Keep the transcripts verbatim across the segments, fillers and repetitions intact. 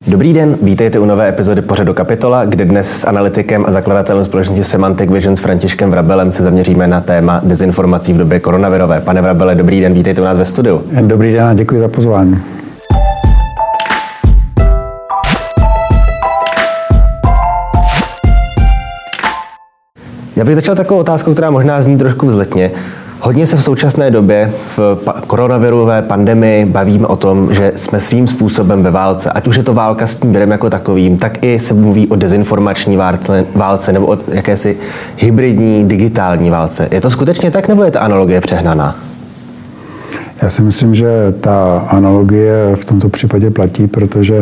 Dobrý den, vítejte u nové epizody pořadu Kapitola, kde dnes s analytikem a zakladatelem společnosti Semantic Visions Františkem Vrabelem se zaměříme na téma dezinformací v době koronavirové. Pane Vrabele, dobrý den, vítejte u nás ve studiu. Dobrý den a děkuji za pozvání. Já bych začal takovou otázkou, která možná zní trošku vzletně. Hodně se v současné době v koronavirové pandemii bavíme o tom, že jsme svým způsobem ve válce. Ať už je to válka s tím virem jako takovým, tak i se mluví o dezinformační válce, válce nebo o jakési hybridní digitální válce. Je to skutečně tak, nebo je ta analogie přehnaná? Já si myslím, že ta analogie v tomto případě platí, protože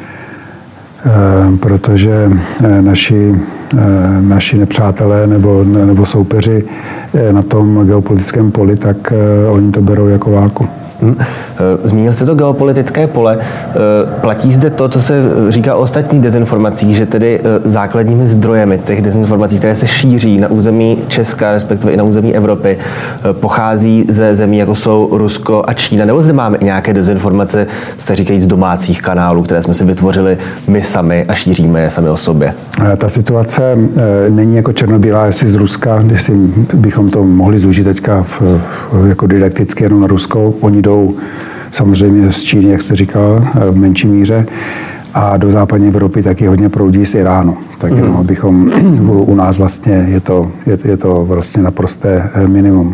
protože naši, naši nepřátelé nebo, nebo soupeři na tom geopolitickém poli, tak oni to berou jako válku. Zmínil jste to geopolitické pole. Platí zde to, co se říká o ostatních dezinformacích, že tedy základními zdrojemi těch dezinformací, které se šíří na území Česka, respektive i na území Evropy, pochází ze zemí, jako jsou Rusko a Čína, nebo zde máme i nějaké dezinformace, jste říkají, z domácích kanálů, které jsme si vytvořili my sami a šíříme je sami o sobě? Ta situace není jako černobílá, jestli z Ruska, jestli bychom to mohli zúžit teďka v, jako didakticky jenom na Rusko. Oni jdou samozřejmě z Číny, jak jste říkal, v menší míře, a do západní Evropy taky hodně proudí z Iránu. Tak jenom, mm. abychom, u nás vlastně je to, je, je to vlastně naprosté minimum.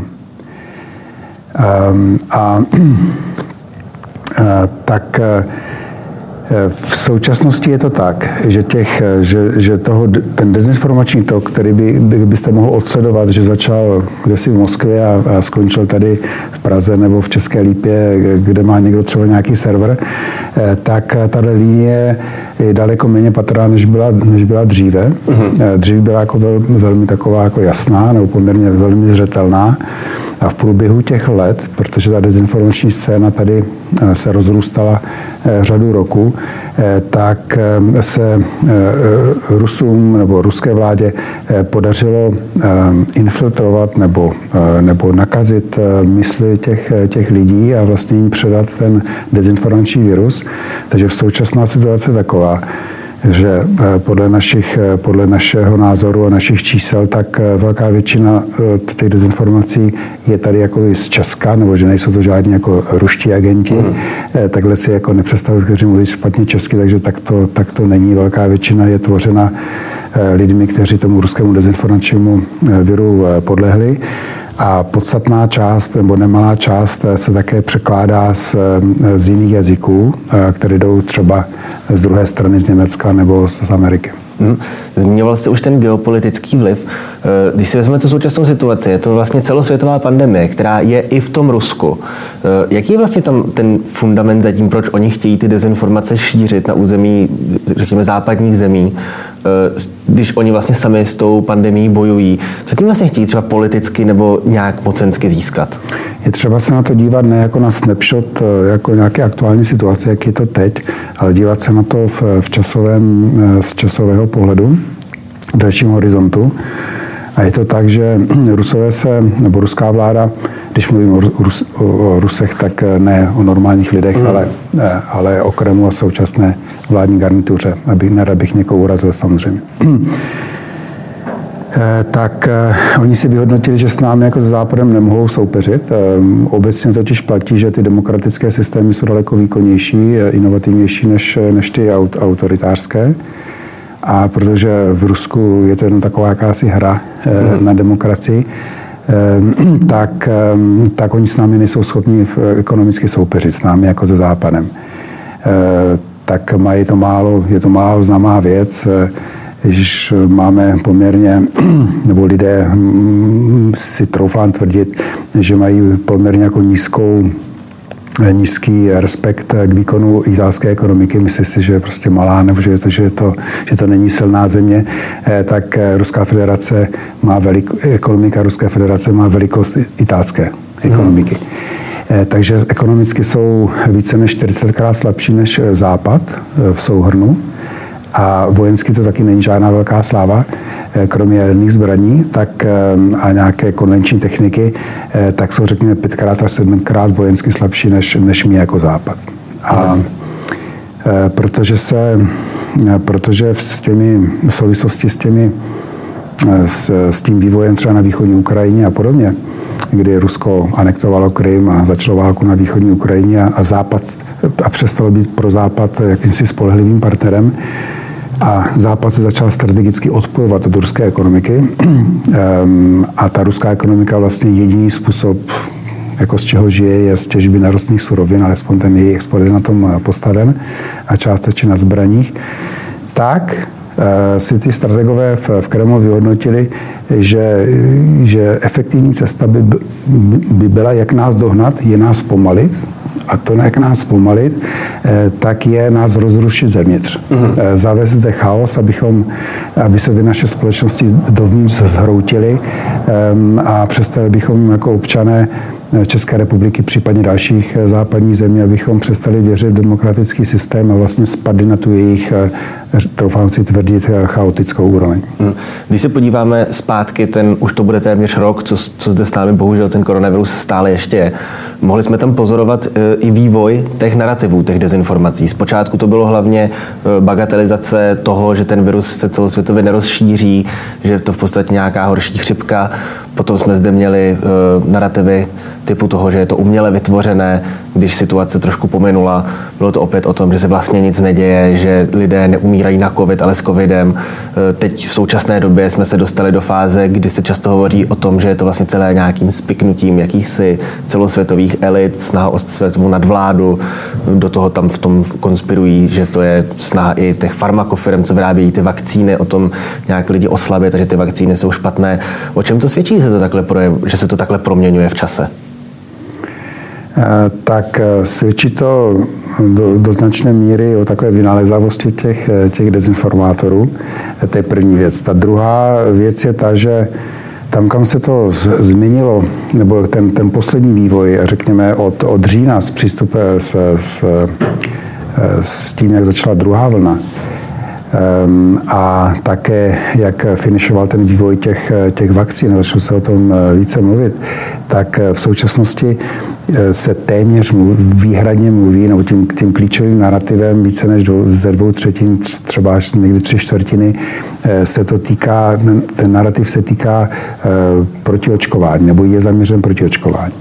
Um, a, a tak v současnosti je to tak, že, těch, že, že toho, ten dezinformační tok, který by, byste mohl odsledovat, že začal kdesi v Moskvě a, a skončil tady v Praze nebo v České Lípě, kde má někdo třeba nějaký server, tak tato linie je daleko méně patrná, než byla, než byla dříve. Mm-hmm. Dřív byla jako vel, velmi taková jako jasná nebo poměrně velmi zřetelná. A v průběhu těch let, protože ta dezinformační scéna tady se rozrůstala řadu roku, tak se Rusům nebo ruské vládě podařilo infiltrovat nebo, nebo nakazit mysli těch, těch lidí a vlastně jim předat ten dezinformační virus. Takže v současná situace je taková, že podle, našich, podle našeho názoru a našich čísel, tak velká většina těch dezinformací je tady jako z Česka, nebo že nejsou to žádní jako ruští agenti. Mm. Takhle si jako nepředstavuji, kteří mluví špatně česky, takže tak to, tak to není. Velká většina je tvořena lidmi, kteří tomu ruskému dezinformačnímu viru podlehli. A podstatná část, nebo nemalá část, se také překládá z, z jiných jazyků, které jdou třeba z druhé strany, z Německa nebo z Ameriky. Hmm. Zmiňoval jste už ten geopolitický vliv. Když si vezmeme tu současnou situaci, je to vlastně celosvětová pandemie, která je i v tom Rusku. Jaký je vlastně tam ten fundament za tím, proč oni chtějí ty dezinformace šířit na území, řekněme, západních zemí, když oni vlastně sami s tou pandemií bojují? Co tím vlastně chtějí třeba politicky nebo nějak mocensky získat? Je třeba se na to dívat ne jako na snapshot, jako nějaké aktuální situace, jak je to teď, ale dívat se na to v, v časovém, z časového pohledu, v dalším horizontu. A je to tak, že Rusové se, nebo ruská vláda, když mluvím o, Rus, o Rusech, tak ne o normálních lidech, mm. ale, ale o Kremlu a současné vládní garnituře, abych nerad bych někoho urazil samozřejmě. Tak oni si vyhodnotili, že s námi jako se Západem nemohou soupeřit. Obecně totiž platí, že ty demokratické systémy jsou daleko výkonnější, inovativnější než, než ty autoritářské. A protože v Rusku je to jenom taková jakási hra hmm. na demokracii, tak, tak oni s námi nejsou schopni ekonomicky soupeřit s námi jako se Západem. Tak mají to málo, je to málo známá věc. Když máme poměrně, nebo lidé si troufám tvrdit, že mají poměrně jako nízkou, nízký respekt k výkonu italské ekonomiky. Myslí si, že je prostě malá, nebo že to, že to, že to není silná země, tak Ruská federace má veliko, ekonomika Ruské federace má velikost italské ekonomiky. Hmm. Takže ekonomicky jsou více než čtyřicetkrát slabší než Západ v souhrnu. A vojensky to taky není žádná velká sláva, kromě jaderných zbraní, tak a nějaké konvenční techniky, tak jsou řekněme pětkrát až sedmkrát vojensky slabší než, než my jako Západ. A protože se, protože s těmi, v souvislosti s těmi, s, s tím vývojem třeba na východní Ukrajině a podobně, kdy Rusko anektovalo Krym a začalo válku na východní Ukrajině a Západ a přestalo být pro Západ jakýmsi spolehlivým partnerem a Západ se začal strategicky odpojovat od ruské ekonomiky a ta ruská ekonomika vlastně jediný způsob, jako z čeho žije, je z těžby nerostných surovin, alespoň ten její export je na tom postaven a částečně na zbraních, tak si ty strategové v, v Kremlu vyhodnotili, že, že efektivní cesta by, by byla, jak nás dohnat, je nás pomalit, a to, jak nás zpomalit, tak je nás rozrušit zevnitř. Mm-hmm. Zavést zde chaos, abychom, aby se ty naše společnosti dovnitř zhroutily a přestali bychom jako občané České republiky, případně dalších západních zemí, abychom přestali věřit v demokratický systém a vlastně spadli na tu jejich, troufám si tvrdit, chaotickou úroveň. Když se podíváme zpátky, ten už to bude téměř rok, co, co zde s námi bohužel ten koronavirus stále ještě je. Mohli jsme tam pozorovat i vývoj těch narrativů, těch dezinformací. Zpočátku to bylo hlavně bagatelizace toho, že ten virus se celosvětově nerozšíří, že je to v podstatě nějaká horší chřipka. Potom jsme zde měli uh, narrativy typu toho, že je to uměle vytvořené, když situace trošku pominula. Bylo to opět o tom, že se vlastně nic neděje, že lidé neumírají na covid, ale s covidem. Uh, teď v současné době jsme se dostali do fáze, kdy se často hovoří o tom, že je to vlastně celé nějakým spiknutím jakýchsi celosvětových elit, snaha o světovou nadvládu. Do toho tam v tom konspirují, že to je snaha i těch farmakofirm, co vyrábějí ty vakcíny, o tom nějak lidi oslabit, že ty vakcíny jsou špatné. O čem to svědčí, se to takhle projev, že se to takhle proměňuje v čase? Tak svědčí to do, do značné míry o takové vynalézavosti těch, těch dezinformátorů. To je první věc. Ta druhá věc je ta, že tam, kam se to změnilo, nebo ten, ten poslední vývoj, řekněme, od, od října s přístupem s, s, s tím, jak začala druhá vlna, a také, jak finišoval ten vývoj těch, těch vakcín, začalo se o tom více mluvit, tak v současnosti se téměř mluví, výhradně mluví, nebo tím, tím klíčovým narrativem více než dvou, ze dvou třetin, třeba až někdy tři čtvrtiny, se to týká, ten narrativ se týká protiočkování, nebo je zaměřen proti očkování.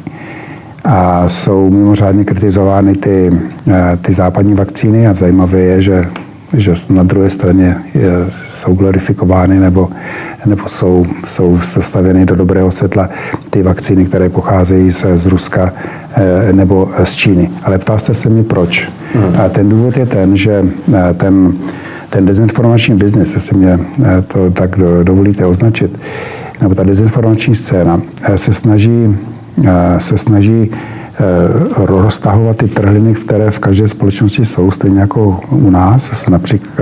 A jsou mimořádně kritizovány ty, ty západní vakcíny a zajímavé je, že že na druhé straně jsou glorifikovány nebo, nebo jsou, jsou sestavěny do dobrého světla ty vakcíny, které pocházejí z, z Ruska nebo z Číny. Ale ptal jste se mi proč. Hmm. A ten důvod je ten, že ten, ten dezinformační biznis, jestli mě to tak dovolíte označit, nebo ta dezinformační scéna se snaží, se snaží roztahovat ty trhliny, které v každé společnosti jsou, stejně jako u nás, například,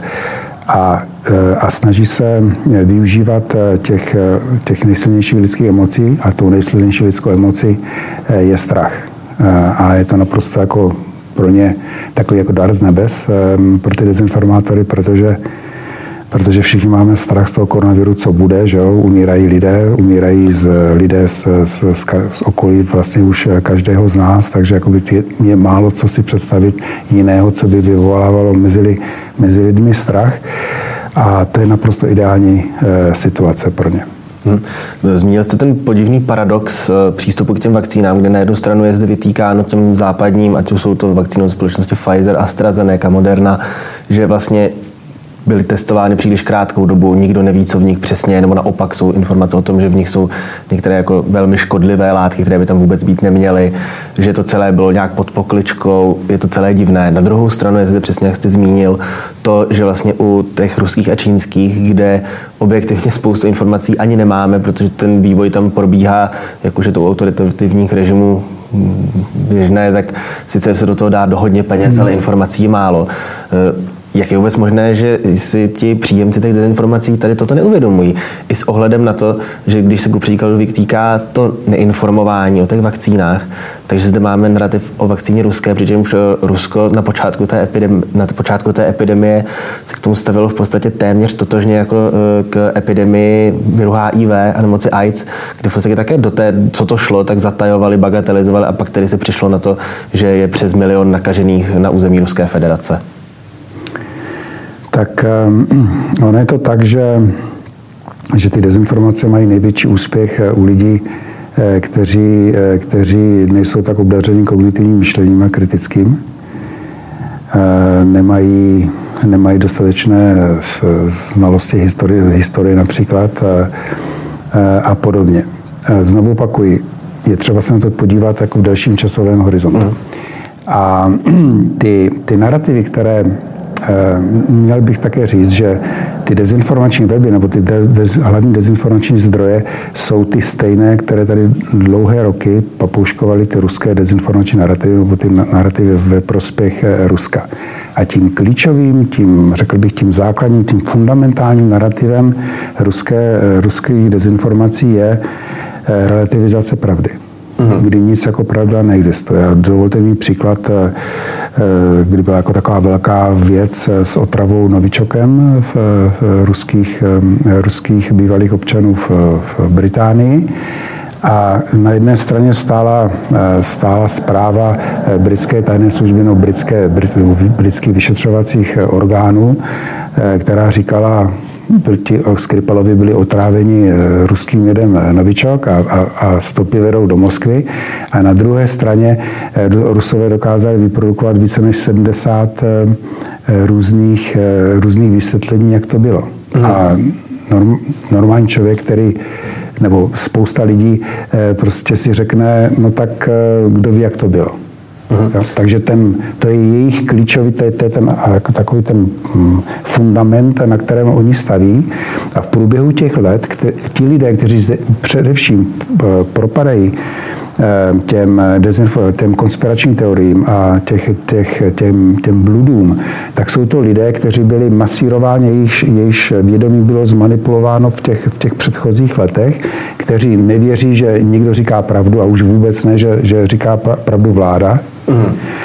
a, a snaží se využívat těch, těch nejsilnějších lidských emocí, a tou nejsilnější lidskou emocí je strach. A je to naprosto jako pro ně takový jako dar z nebes pro ty dezinformátory, protože protože všichni máme strach z toho koronaviru, co bude, že jo? Umírají lidé, umírají z, lidé z, z, z, z okolí vlastně už každého z nás, takže jakoby je málo co si představit jiného, co by vyvolávalo mezi, mezi lidmi strach. A to je naprosto ideální e, situace pro ně. Hmm. Zmínil jste ten podivný paradox přístupu k těm vakcínám, kde na jednu stranu je zde vytýkáno těm západním, ať už jsou to vakcínou společnosti Pfizer, AstraZeneca, Moderna, že vlastně byly testovány příliš krátkou dobu, nikdo neví, co v nich přesně je, nebo naopak jsou informace o tom, že v nich jsou některé jako velmi škodlivé látky, které by tam vůbec být neměly, že to celé bylo nějak pod pokličkou, je to celé divné. Na druhou stranu je zde přesně, jak jste zmínil, to, že vlastně u těch ruských a čínských, kde objektivně spoustu informací ani nemáme, protože ten vývoj tam probíhá, jakože to u autoritativních režimů běžné, tak sice se do toho dá do hodně peněz, ale informací je málo. Jak je vůbec možné, že si ti příjemci těch dezinformací tady toto neuvědomují? I s ohledem na to, že když se ku příkladu vytýká to neinformování o těch vakcínách, takže zde máme narrativ o vakcíně ruské, přičemž Rusko na počátku té epidemie, na počátku té epidemie se k tomu stavilo v podstatě téměř totožně jako k epidemii viru H I V a nemoci AIDS, kde v podstatě také do té, co to šlo, tak zatajovali, bagatelizovali a pak tedy se přišlo na to, že je přes milion nakažených na území Ruské federace. Tak ono je to tak, že, že ty dezinformace mají největší úspěch u lidí, kteří, kteří nejsou tak obdaření kognitivním myšlením a kritickým. Nemají, nemají dostatečné znalosti historie, historie například a podobně. Znovu opakuji, je třeba se na to podívat jako v dalším časovém horizontu. Mm. A ty, ty narrativy, které měl bych také říct, že ty dezinformační weby nebo ty de, de, hlavní dezinformační zdroje jsou ty stejné, které tady dlouhé roky papouškovaly ty ruské dezinformační narrativy nebo ty narrativy ve prospěch Ruska. A tím klíčovým, tím, řekl bych, tím základním, tím fundamentálním narrativem ruské, ruských dezinformací je relativizace pravdy. Kdy nic jako pravda neexistuje. Dovolte mi příklad, kdy byla jako taková velká věc s otravou novičokem v, v ruských, ruských bývalých občanů v, v Británii. A na jedné straně stála, stála zpráva britské tajné služby nebo britské, britských vyšetřovacích orgánů, která říkala, ti Skripalovi byli otráveni ruským jedem novičok a, a, a stopy vedou do Moskvy. A na druhé straně Rusové dokázali vyprodukovat více než sedmdesát různých, různých vysvětlení, jak to bylo. Hmm. A norm, normální člověk, který nebo spousta lidí prostě si řekne, no tak kdo ví, jak to bylo. Uh-huh. Jo, takže ten, to je jejich klíčový, to je, to je ten, jako takový ten fundament, na kterém oni staví. A v průběhu těch let, kte, ti lidé, kteří především propadají těm, těm konspiračním teoriím a těch, těch, těm, těm bludům, tak jsou to lidé, kteří byli masírováni, jejichž, jejichž vědomí bylo zmanipulováno v těch, v těch předchozích letech, kteří nevěří, že někdo říká pravdu a už vůbec ne, že, že říká pravdu vláda. Mm.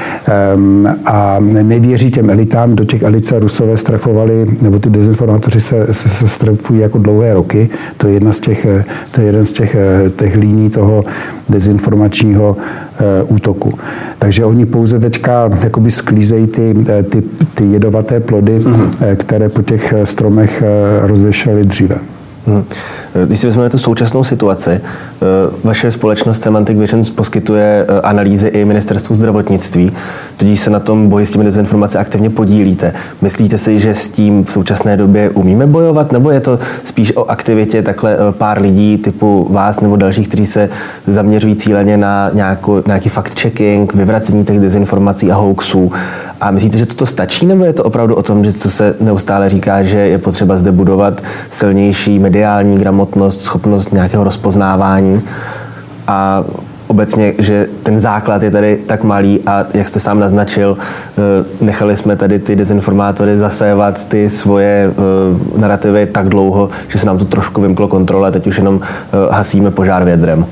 Um, a nevěří těm elitám, do těch elit se Rusové strefovali, nebo ty dezinformátoři se, se, se strefují jako dlouhé roky. To je jedna z těch, to je jeden z těch, těch líní toho dezinformačního uh, útoku. Takže oni pouze teďka jakoby sklízejí ty, ty, ty jedovaté plody, mm. které po těch stromech rozvěšely dříve. Hmm. Když si vezmeme tu současnou situaci, vaše společnost Semantic Visions poskytuje analýzy i ministerstvu zdravotnictví, tudíž se na tom boji s těmi dezinformace aktivně podílíte. Myslíte si, že s tím v současné době umíme bojovat, nebo je to spíš o aktivitě takhle pár lidí typu vás nebo dalších, kteří se zaměřují cíleně na nějakou, nějaký fact-checking, vyvracení těch dezinformací a hoaxů? A myslíte, že toto stačí, nebo je to opravdu o tom, že co se neustále říká, že je potřeba zde budovat silnější mediální gramotnost, schopnost nějakého rozpoznávání a obecně, že ten základ je tady tak malý a jak jste sám naznačil, nechali jsme tady ty dezinformátory zasévat ty svoje narrativy tak dlouho, že se nám to trošku vymklo kontrole, teď už jenom hasíme požár vědrem.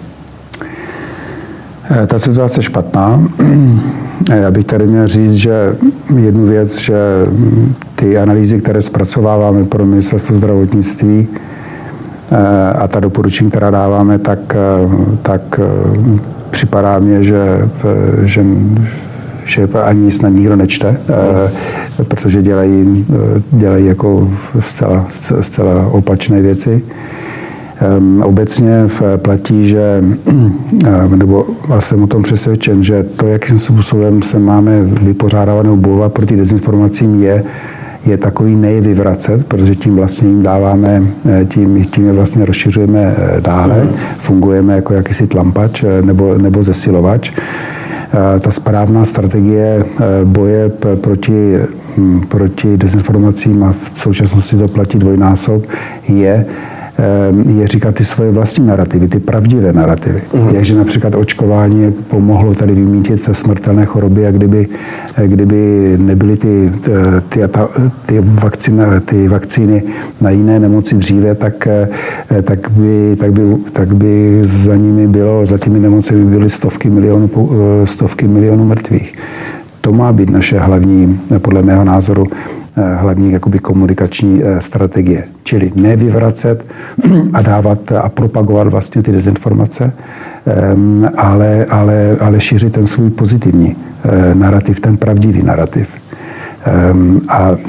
Ta situace je špatná. Já bych tady měl říct, že jednu věc, že ty analýzy, které zpracováváme pro ministerstvo zdravotnictví a ta doporučení, která dáváme, tak, tak připadá mně, že, že, že ani snad nikdo nečte, protože dělají, dělají jako zcela, zcela opačné věci. Um, obecně platí, že, nebo jsem o tom přesvědčen, že to, jakým způsobem se máme vypořádávat nebo bojovat proti dezinformacím, je, je takový nevyvracet, protože tím vlastně jim dáváme, tím, tím je vlastně rozšiřujeme dále, mm. fungujeme jako jakýsi tlampač nebo, nebo zesilovač. Ta správná strategie boje proti, proti dezinformacím, a v současnosti to platí dvojnásob, je je říkat ty svoje vlastní narrativy, ty pravdivé narrativy. Mm. Jak, že například očkování pomohlo tady vymítit smrtelné choroby, a kdyby, kdyby nebyly ty, ty, ty, vakcíny, ty vakcíny na jiné nemoci dříve, tak, tak, by, tak, by, tak by za nimi bylo, za těmi nemocemi byly stovky milionů, stovky milionů mrtvých. To má být naše hlavní, podle mého názoru, hlavní jakoby komunikační strategie. Čili nevyvracet a dávat a propagovat vlastně ty dezinformace, ale, ale, ale šířit ten svůj pozitivní narrativ, ten pravdivý narrativ. A,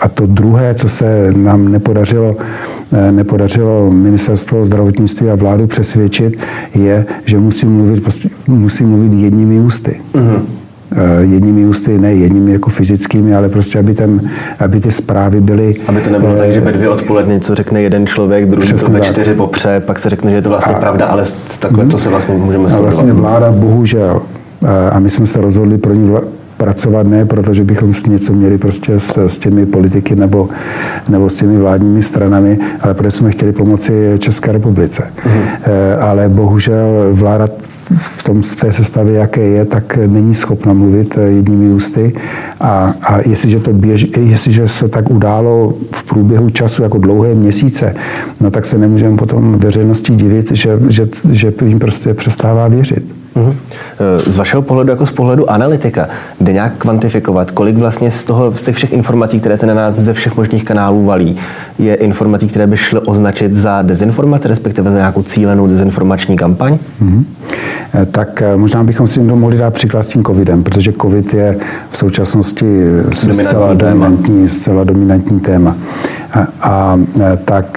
A to druhé, co se nám nepodařilo, nepodařilo ministerstvo zdravotnictví a vládu přesvědčit, je, že musí mluvit, prostě, musí mluvit jedními ústy. Mm-hmm. Jedními ústy, ne jedními jako fyzickými, ale prostě, aby, ten, aby ty zprávy byly... Aby to nebylo eh, tak, že ve dvě odpoledne co řekne jeden člověk, druhý to ve čtyři popře, pak se řekne, že je to vlastně a, pravda, ale takhle to se vlastně můžeme sledovat. Vlastně vláda, bohužel, a my jsme se rozhodli pro ní pracovat ne, protože bychom něco měli prostě s, s těmi politiky nebo, nebo s těmi vládními stranami, ale protože jsme chtěli pomoci České republice. Mhm. E, ale bohužel vláda v tom v té sestavě, jaké je, tak není schopna mluvit jedními ústy. A, a jestliže, to běž, jestliže se tak událo v průběhu času jako dlouhé měsíce, no tak se nemůžeme potom veřejnosti divit, že, že, že jim prostě přestává věřit. Z vašeho pohledu, jako z pohledu analytika, jde nějak kvantifikovat, kolik vlastně z toho, z těch všech informací, které se na nás ze všech možných kanálů valí, je informací, které by šly označit za dezinformaci, respektive za nějakou cílenou dezinformační kampaň? Mm-hmm. Tak možná bychom si mohli dát příklad s tím covidem, protože covid je v současnosti zcela dominantní, zcela dominantní téma. A, a tak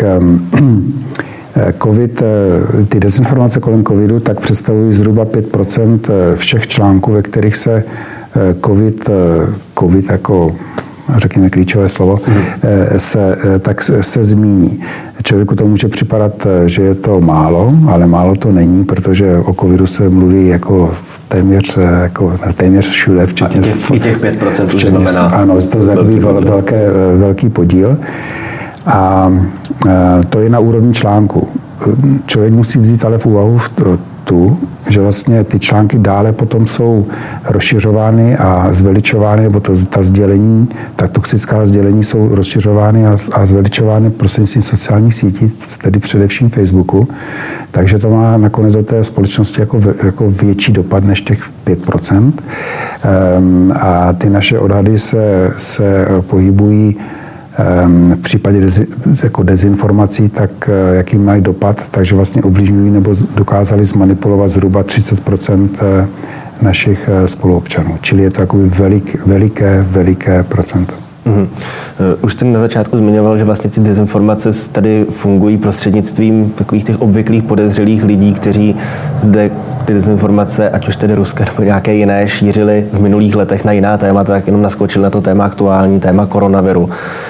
COVID, ty dezinformace kolem covidu, tak představují zhruba pět procent všech článků, ve kterých se covid, covid jako řekněme klíčové slovo, mm. se, tak se zmíní. Člověku to může připadat, že je to málo, ale málo to není, protože o covidu se mluví jako téměř, jako téměř všude, včetně... A i těch, i těch pět procent už znamená... Ano, to znamená velký, velký podíl. A to je na úrovni článku. Člověk musí vzít ale v úvahu tu, že vlastně ty články dále potom jsou rozšiřovány a zveličovány, nebo to, ta sdělení, ta toxická sdělení jsou rozšiřovány a, a zveličovány prostřednictvím sociálních sítí, tedy především Facebooku. Takže to má nakonec do té společnosti jako, jako větší dopad než těch pět procent. Um, a ty naše odhady se, se pohybují v případě dezi, jako dezinformací, tak jaký mají dopad, takže vlastně ovlivňují nebo dokázali zmanipulovat zhruba třicet procent našich spoluobčanů. Čili je to takový velik, veliké, veliké procento. Mm-hmm. Už jste na začátku zmiňoval, že vlastně ty dezinformace tady fungují prostřednictvím takových těch obvyklých podezřelých lidí, kteří zde ty dezinformace, ať už tedy ruské nebo nějaké jiné, šířili v minulých letech na jiná témata, tak jenom naskočili na to téma aktuální, téma koronaviru.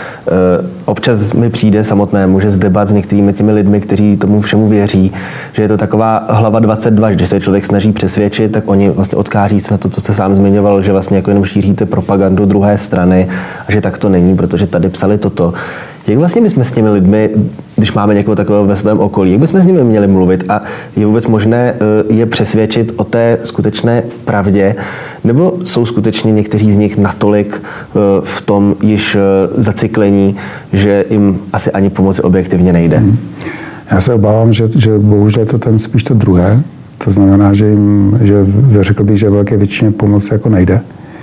Občas mi přijde samotnému, že z debat s některými těmi lidmi, kteří tomu všemu věří, že je to taková hlava dvacet dva, že když se člověk snaží přesvědčit, tak oni vlastně odkáží se na to, co jste sám zmiňoval, že vlastně jako jenom šíříte propagandu druhé strany a že tak to není, protože tady psali toto. Jak vlastně bychom s těmi lidmi, když máme někoho takového ve svém okolí, jak bychom s nimi měli mluvit a je vůbec možné je přesvědčit o té skutečné pravdě, nebo jsou skutečně někteří z nich natolik v tom již zacyklení, že jim asi ani pomoci objektivně nejde? Hmm. Já se obávám, že, že bohužel je to tam spíš to druhé. To znamená, že jim, že řekl bych, že velké většině pomoci jako nejde.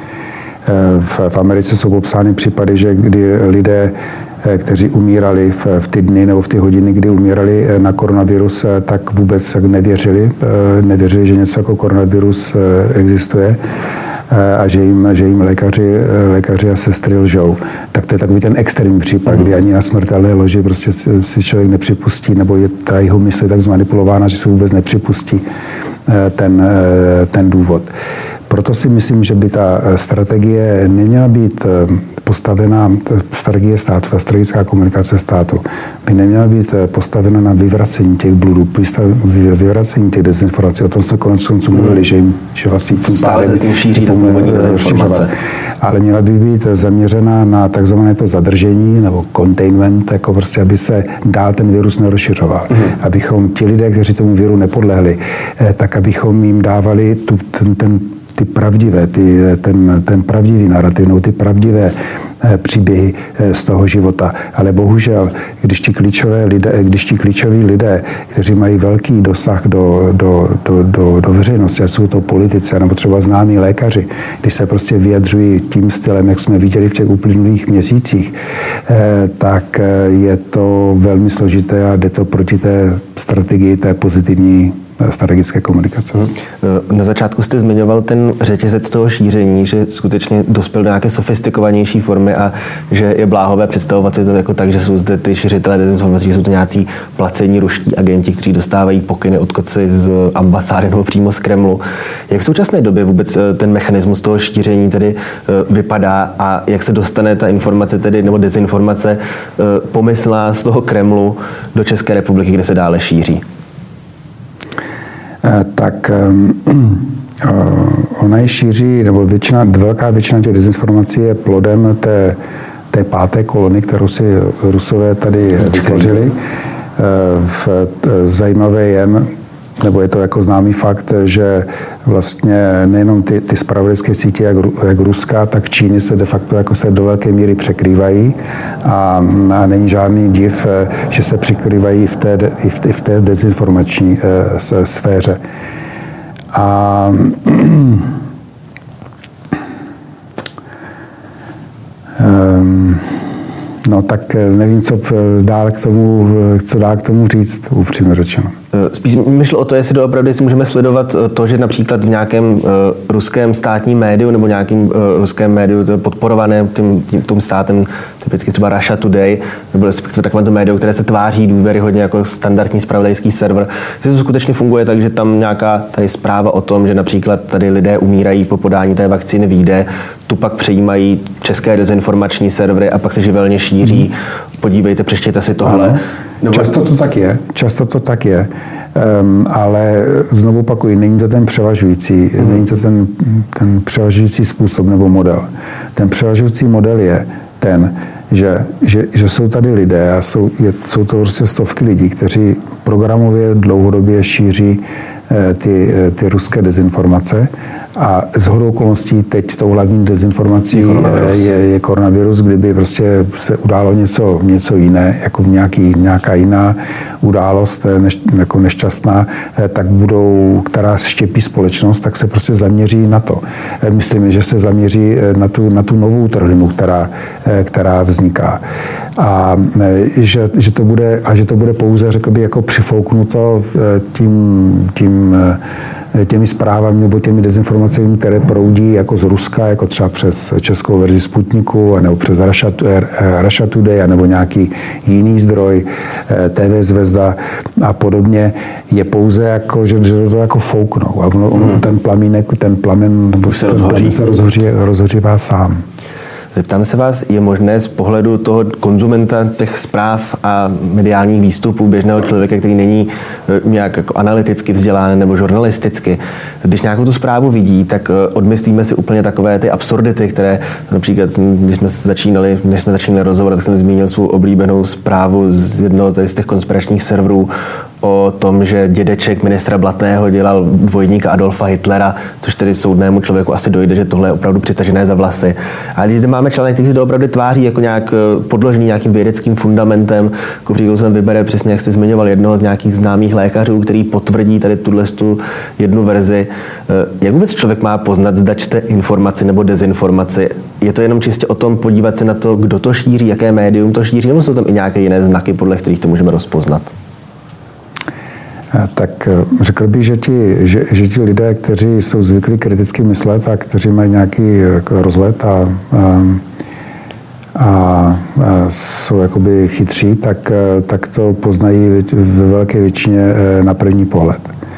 V, v Americe jsou popsány případy, že kdy lidé, kteří umírali v, v ty dny nebo v ty hodiny, kdy umírali na koronavirus, tak vůbec nevěřili. Nevěřili, že něco jako koronavirus existuje a že jim, že jim lékaři, lékaři a sestry lžou. Tak to je takový ten extrémní případ, kdy ani na smrtelné loži prostě si člověk nepřipustí, nebo je ta jeho mysl tak zmanipulována, že se vůbec nepřipustí ten, ten důvod. Proto si myslím, že by ta strategie neměla být postavena, strategie státu, ta strategická komunikace státu, by neměla být postavena na vyvracení těch bludů, vyvracení těch dezinformací. O tom jsme konec konců mluvili, že, jim, že vlastně tím stále se tím šíří ta původní dezinformace. Ale měla by být zaměřena na takzvané to zadržení nebo containment, jako prostě, aby se dál ten virus nerozšiřoval. Mm. Abychom ti lidé, kteří tomu viru nepodlehli, tak abychom jim dávali tu, ten, ten ty pravdivé, ty, ten, ten pravdivý narrativ, no, ty pravdivé eh, příběhy eh, z toho života. Ale bohužel, když ti klíčové lidé, když ti klíčoví lidé, kteří mají velký dosah do, do, do, do, do veřejnosti, a jsou to politici, nebo třeba známí lékaři, když se prostě vyjadřují tím stylem, jak jsme viděli v těch uplynulých měsících, eh, tak je to velmi složité a jde to proti té strategii té pozitivní strategické komunikace. Na začátku jste zmiňoval ten řetězec toho šíření, že skutečně dospěl do nějaké sofistikovanější formy a že je bláhové představovat si to jako tak, že jsou zde ty šiřitelé dezinformací, že jsou to nějací placení ruští agenti, kteří dostávají pokyny odkud z ambasády nebo přímo z Kremlu. Jak v současné době vůbec ten mechanismus toho šíření tedy vypadá a jak se dostane ta informace tedy nebo dezinformace pomyslná z toho Kremlu do České republiky, kde se dále šíří? Tak ona je šíří, nebo většina, velká většina těch dezinformací je plodem té, té páté kolony, kterou si Rusové tady vytvořili. Zajímavé jen, nebo je to jako známý fakt, že vlastně nejenom ty, ty zpravodajské sítě, jak, jak Ruska, tak Číny se de facto jako se do velké míry překrývají a, a není žádný div, že se překrývají v té, i v té, v té dezinformační e, sféře. A um, no tak nevím, co dál k tomu, co dál k tomu říct, upřímně řečeno. Spíš mi šlo o to, jestli doopravdy si můžeme sledovat to, že například v nějakém uh, ruském státním médiu nebo nějakým uh, ruském médiu podporovaném tím, tím, tím státem, typicky třeba Russia Today, nebo takové to médium, které se tváří důvěryhodně jako standardní zpravodajský server, že to skutečně funguje tak, že tam nějaká tady zpráva o tom, že například tady lidé umírají po podání té vakcíny vyjde, tu pak přejímají české dezinformační servery a pak se živelně šíří. Podívejte, přečtěte si tohle. Ano. Nebo... Často to tak je, často to tak je, um, ale znovu opakuji, není to ten převažující, mm. není to ten, ten převažující způsob nebo model. Ten převažující model je ten, že, že, že jsou tady lidé a jsou, je, jsou to prostě stovky lidí, kteří programově dlouhodobě šíří ty, ty ruské dezinformace a shodou okolností teď tou hlavní dezinformací je koronavirus, je, je koronavirus, kdyby prostě se událo něco, něco jiné, jako nějaký, nějaká jiná událost než, jako nešťastná, tak budou, která štěpí společnost, tak se prostě zaměří na to. Myslím, že se zaměří na tu, na tu novou trhlinu, která, která vzniká. A že, že to bude, a že to bude pouze, řekl bych, jako přifouknuto tím, tím těmi zprávami nebo těmi dezinformacemi, které proudí jako z Ruska, jako třeba přes českou verzi Sputniku, nebo přes Russia, Russia Today, nebo nějaký jiný zdroj, T V Zvezda a podobně, je pouze jako, že, že to jako fouknou. A ono, hmm. ten plamínek, ten plamen, se, ten plamen se rozhoří, rozhořívá sám. Zeptám se vás, je možné z pohledu toho konzumenta těch zpráv a mediálních výstupů běžného člověka, který není nějak jako analyticky vzdělán nebo žurnalisticky, když nějakou tu zprávu vidí, tak odmyslíme si úplně takové ty absurdity, které například, když jsme začínali, než jsme začínali rozhovor, tak jsem zmínil svou oblíbenou zprávu z jednoho z těch konspiračních serverů o tom, že dědeček ministra Blatného dělal dvojníka Adolfa Hitlera, což tedy soudnému člověku asi dojde, že tohle je opravdu přitažené za vlasy. A když zde máme článek, který se to opravdu tváří jako nějak podložený nějakým vědeckým fundamentem, jako příklad jsem vybere přesně, jak jste zmiňoval, jednoho z nějakých známých lékařů, který potvrdí tady tuhle tu jednu verzi. Jak vůbec člověk má poznat, zda čte informaci nebo dezinformaci? Je to jenom čistě o tom podívat se na to, kdo to šíří, jaké médium to šíří, nebo jsou tam i nějaké jiné znaky, podle kterých to můžeme rozpoznat? Tak řekl bych, že ti, že, že ti lidé, kteří jsou zvyklí kriticky myslet a kteří mají nějaký rozhled a, a, a jsou jakoby chytří, tak, tak to poznají ve velké většině na první pohled.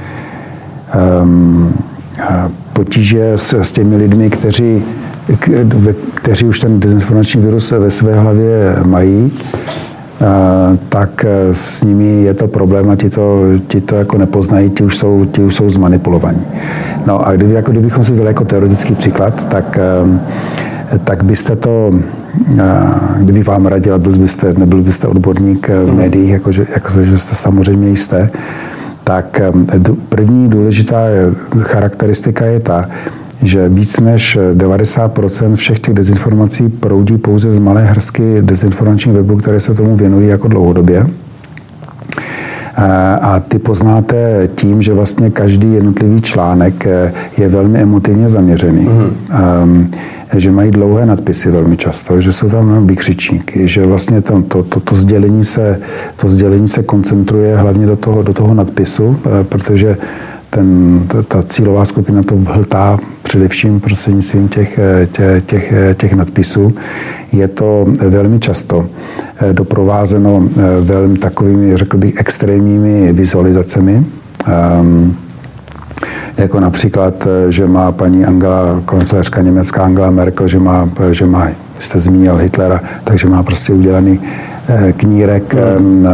Um, potíže s, s těmi lidmi, kteří, kteří už ten dezinformační virus ve své hlavě mají, tak s nimi je to problém a ti to, ti to jako nepoznají, ti už jsou, ti už jsou zmanipulovaní. No a kdyby, jako kdybychom si vzali jako teoretický příklad, tak, tak byste to, kdyby vám radil, byl byste, nebyl byste odborník v médiích, jakože, jakože že jste samozřejmě jste, tak první důležitá charakteristika je ta, že víc než devadesát procent všech těch dezinformací proudí pouze z malé hrstky dezinformačních webů, které se tomu věnují jako dlouhodobě. A ty poznáte tím, že vlastně každý jednotlivý článek je velmi emotivně zaměřený. Mm. Že mají dlouhé nadpisy velmi často, že jsou tam výkřičníky, že vlastně tam to, to, to, sdělení se, to sdělení se koncentruje hlavně do toho, do toho nadpisu, protože ten, ta cílová skupina to hltá především prostřednictvím těch, těch, těch, těch nadpisů. Je to velmi často doprovázeno velmi takovými, řekl bych, extrémními vizualizacemi. Um, jako například, že má paní Angela, kancléřka německá Angela Merkel, že má, že má, jste zmínil Hitlera, takže má prostě udělaný knírek mm.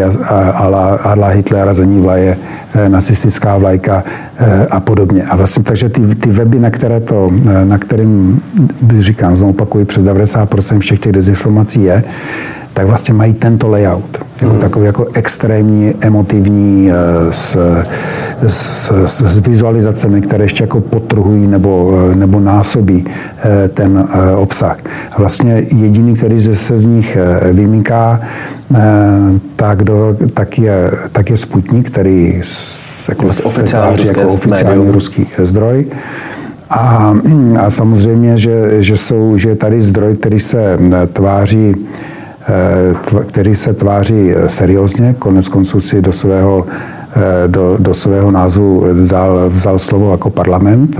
ala Hitlera, za ní vlaje nacistická vlajka a podobně. A vlastně takže ty, ty weby, na které to, na kterým, říkám, znovu opakuji, přes devadesát procent všech těch dezinformací je, tak vlastně mají tento layout. Jako mm. takový jako extrémní, emotivní s, s, s, s vizualizacemi, které ještě jako podtrhují nebo, nebo násobí ten obsah. A vlastně jediný, který se z nich vymýká, tak, do, tak, je, tak je Sputnik, který jako oficiální, jako oficiální ruský zdroj. A, a samozřejmě, že, že, jsou, že je tady zdroj, který se tváří který se tváří seriózně, konec konců si do svého, do, do svého názvu dal, vzal slovo jako parlament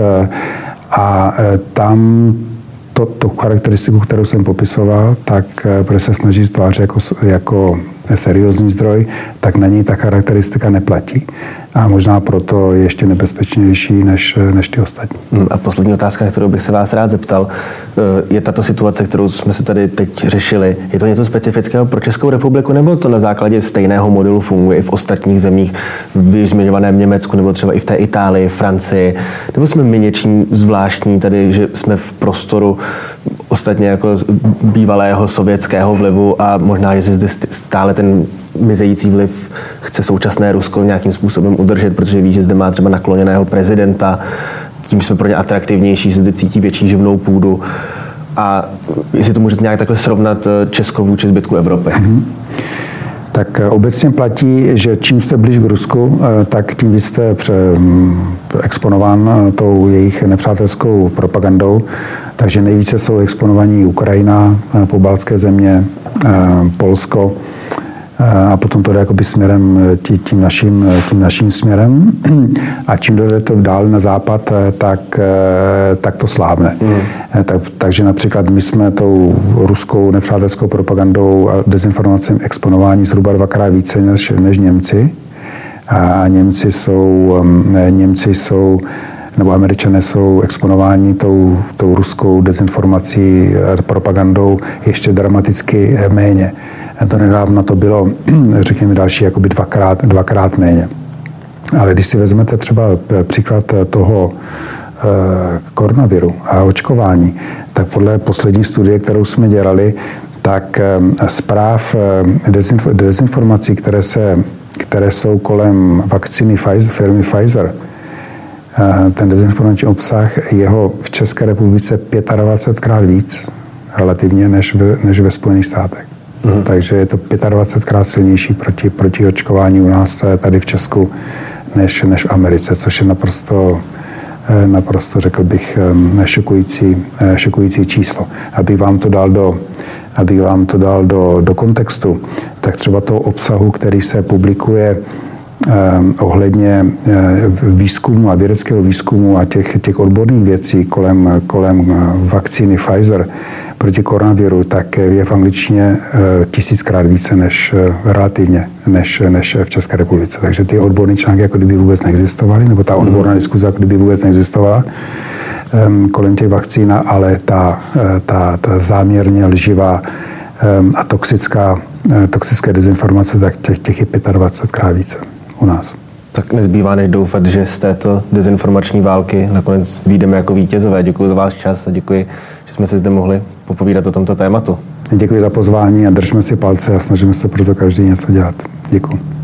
a tam to, tu charakteristiku, kterou jsem popisoval, tak protože se snaží tvářit jako, jako seriózní zdroj, tak na něj ta charakteristika neplatí. A možná proto je ještě nebezpečnější než, než ty ostatní. A poslední otázka, na kterou bych se vás rád zeptal, je tato situace, kterou jsme se tady teď řešili, je to něco specifického pro Českou republiku, nebo to na základě stejného modelu funguje i v ostatních zemích, v zmiňovaném Německu, nebo třeba i v té Itálii, Francii, nebo jsme my něčím zvláštní tady, že jsme v prostoru ostatně jako bývalého sovětského vlivu a možná, že si zde stále ten mizející vliv chce současné Rusko nějakým způsobem udržet, protože ví, že zde má třeba nakloněného prezidenta, tím jsme pro ně atraktivnější, se zde cítí větší živnou půdu. A jestli to můžete nějak takhle srovnat Česko vůči zbytku Evropy. Mm-hmm. Tak obecně platí, že čím jste blíž k Rusku, tak tím víc jste exponován tou jejich nepřátelskou propagandou. Takže nejvíce jsou exponovaní Ukrajina, pobaltské země, Polsko a potom to jde jakoby směrem tím naším, tím naším směrem. A čím dojde to dál na západ, tak, tak to slábne. Mm. Tak, takže například my jsme tou ruskou nepřátelskou propagandou a dezinformacím exponováni zhruba dvakrát více než, než Němci. A Němci jsou, Němci jsou nebo Američané jsou exponováni tou, tou ruskou dezinformací, propagandou ještě dramaticky méně. To nedávno to bylo, řekněme, další jakoby dvakrát, dvakrát méně. Ale když si vezmete třeba příklad toho koronaviru a očkování, tak podle poslední studie, kterou jsme dělali, tak zpráv dezinformací, které, se, které jsou kolem vakcíny Pfizer, firmy Pfizer, ten dezinformační obsah, jeho v České republice dvacetpětkrát víc relativně než, v, než ve Spojených státech. Mm. Takže je to dvacetpětkrát silnější proti, proti očkování u nás tady v Česku než, než v Americe, což je naprosto, naprosto řekl bych, šokující, šokující číslo. Abych vám to dal do, abych vám to dal do, do kontextu, tak třeba toho obsahu, který se publikuje ohledně výzkumu a vědeckého výzkumu a těch, těch odborných věcí kolem, kolem vakcíny Pfizer proti koronaviru, tak je v angličtině tisíckrát více než relativně než, než v České republice. Takže ty odborné články jako kdyby vůbec neexistovaly, nebo ta odborná diskuze jako kdyby vůbec neexistovala kolem těch vakcín, ale ta, ta, ta záměrně lživá a toxická, toxické dezinformace, tak těch, těch je dvacetpětkrát více u nás. Tak nezbývá než doufat, že z této dezinformační války nakonec vyjdeme jako vítězové. Děkuji za váš čas a děkuji, že jsme si zde mohli popovídat o tomto tématu. Děkuji za pozvání a držme si palce a snažíme se pro to každý něco dělat. Děkuji.